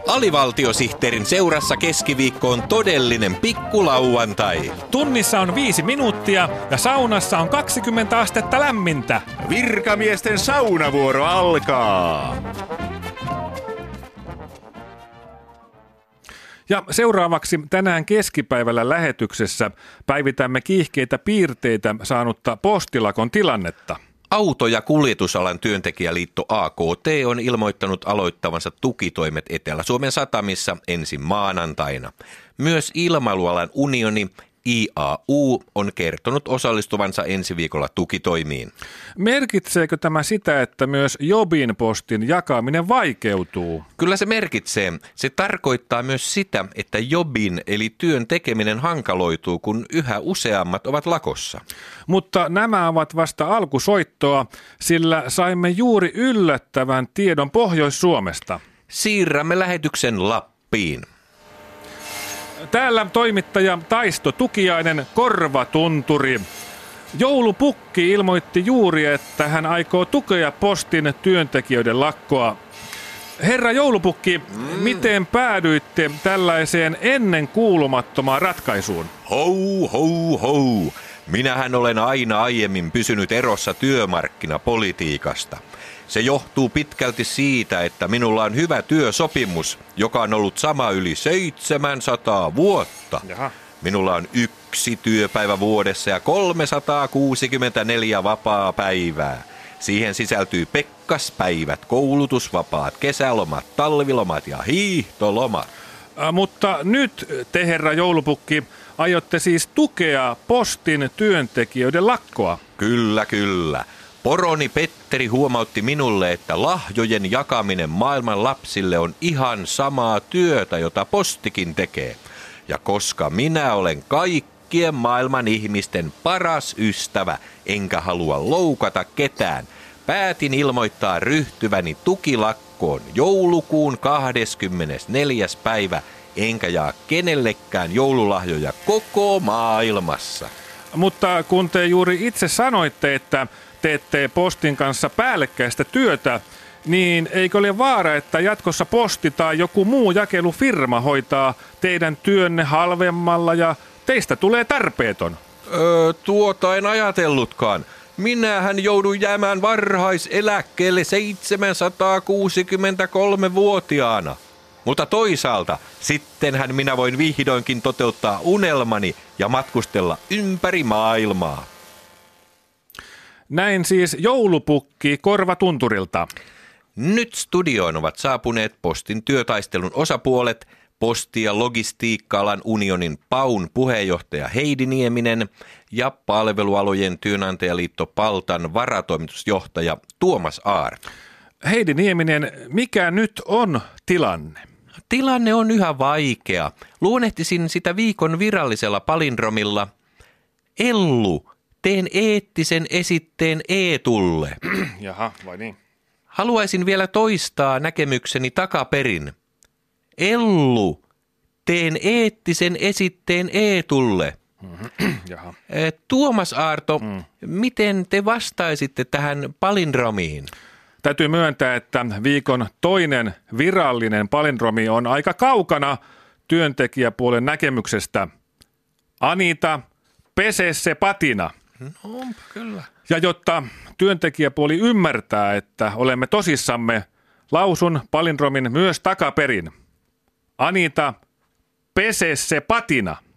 Alivaltiosihteerin seurassa keskiviikko on todellinen pikkulauantai. Tunnissa on 5 minuuttia ja saunassa on 20 astetta lämmintä. Virkamiesten saunavuoro alkaa. Ja seuraavaksi tänään keskipäivällä lähetyksessä päivitämme kiihkeitä piirteitä saanutta postilakon tilannetta. Auto- ja kuljetusalan työntekijäliitto AKT on ilmoittanut aloittavansa tukitoimet Etelä-Suomen satamissa ensin maanantaina. Myös ilmailualan unioni IAU on kertonut osallistuvansa ensi viikolla tukitoimiin. Merkitseekö tämä sitä, että myös Jobin postin jakaminen vaikeutuu? Kyllä se merkitsee. Se tarkoittaa myös sitä, että Jobin eli työn tekeminen hankaloituu, kun yhä useammat ovat lakossa. Mutta nämä ovat vasta alkusoittoa, sillä saimme juuri yllättävän tiedon Pohjois-Suomesta. Siirrämme lähetyksen Lappiin. Täällä toimittaja Taisto Tukiainen, Korvatunturi. Joulupukki ilmoitti juuri, että hän aikoo tukea postin työntekijöiden lakkoa. Herra Joulupukki, miten päädyitte tällaiseen ennenkuulumattomaan ratkaisuun? Hou, hou, hou. Minähän olen aina aiemmin pysynyt erossa työmarkkinapolitiikasta. Se johtuu pitkälti siitä, että minulla on hyvä työsopimus, joka on ollut sama yli 700 vuotta. Jaha. Minulla on 1 työpäivä vuodessa ja 364 vapaapäivää. Siihen sisältyy pekkaspäivät, koulutusvapaat, kesälomat, talvilomat ja hiihtolomat. Mutta nyt te, herra Joulupukki, aiotte siis tukea postin työntekijöiden lakkoa. Kyllä, kyllä. Poroni Petteri huomautti minulle, että lahjojen jakaminen maailman lapsille on ihan samaa työtä, jota postikin tekee. Ja koska minä olen kaikkien maailman ihmisten paras ystävä, enkä halua loukata ketään, päätin ilmoittaa ryhtyväni tukilakkoon joulukuun 24. päivä, enkä jaa kenellekään joululahjoja koko maailmassa. Mutta kun te juuri itse sanoitte, että teette postin kanssa päällekkäistä työtä, niin eikö ole vaara, että jatkossa posti tai joku muu jakelufirma hoitaa teidän työnne halvemmalla ja teistä tulee tarpeeton? Tuota en ajatellutkaan. Minähän joudun jäämään varhaiseläkkeelle 763-vuotiaana. Mutta toisaalta sittenhän minä voin vihdoinkin toteuttaa unelmani ja matkustella ympäri maailmaa. Näin siis Joulupukki Korvatunturilta. Nyt studioon ovat saapuneet postin työtaistelun osapuolet, Posti- ja logistiikka-alan unionin PAUn puheenjohtaja Heidi Nieminen ja palvelualojen työnantajaliitto PALTAn varatoimitusjohtaja Tuomas Aarto. Heidi Nieminen, mikä nyt on tilanne? Tilanne on yhä vaikea. Luonnehtisin sitä viikon virallisella palindromilla. Ellu, teen eettisen esitteen Eetulle. Jaha, vai niin? Haluaisin vielä toistaa näkemykseni takaperin. Ellu, teen eettisen esitteen Eetulle. Jaha. Tuomas Aarto, miten te vastaisitte tähän palindromiin? Täytyy myöntää, että viikon toinen virallinen palindromi on aika kaukana työntekijäpuolen näkemyksestä. Anita, pese se patina. No, kyllä. Ja jotta työntekijäpuoli ymmärtää, että olemme tosissamme, lausun palindromin myös takaperin. Anita, pese se patina.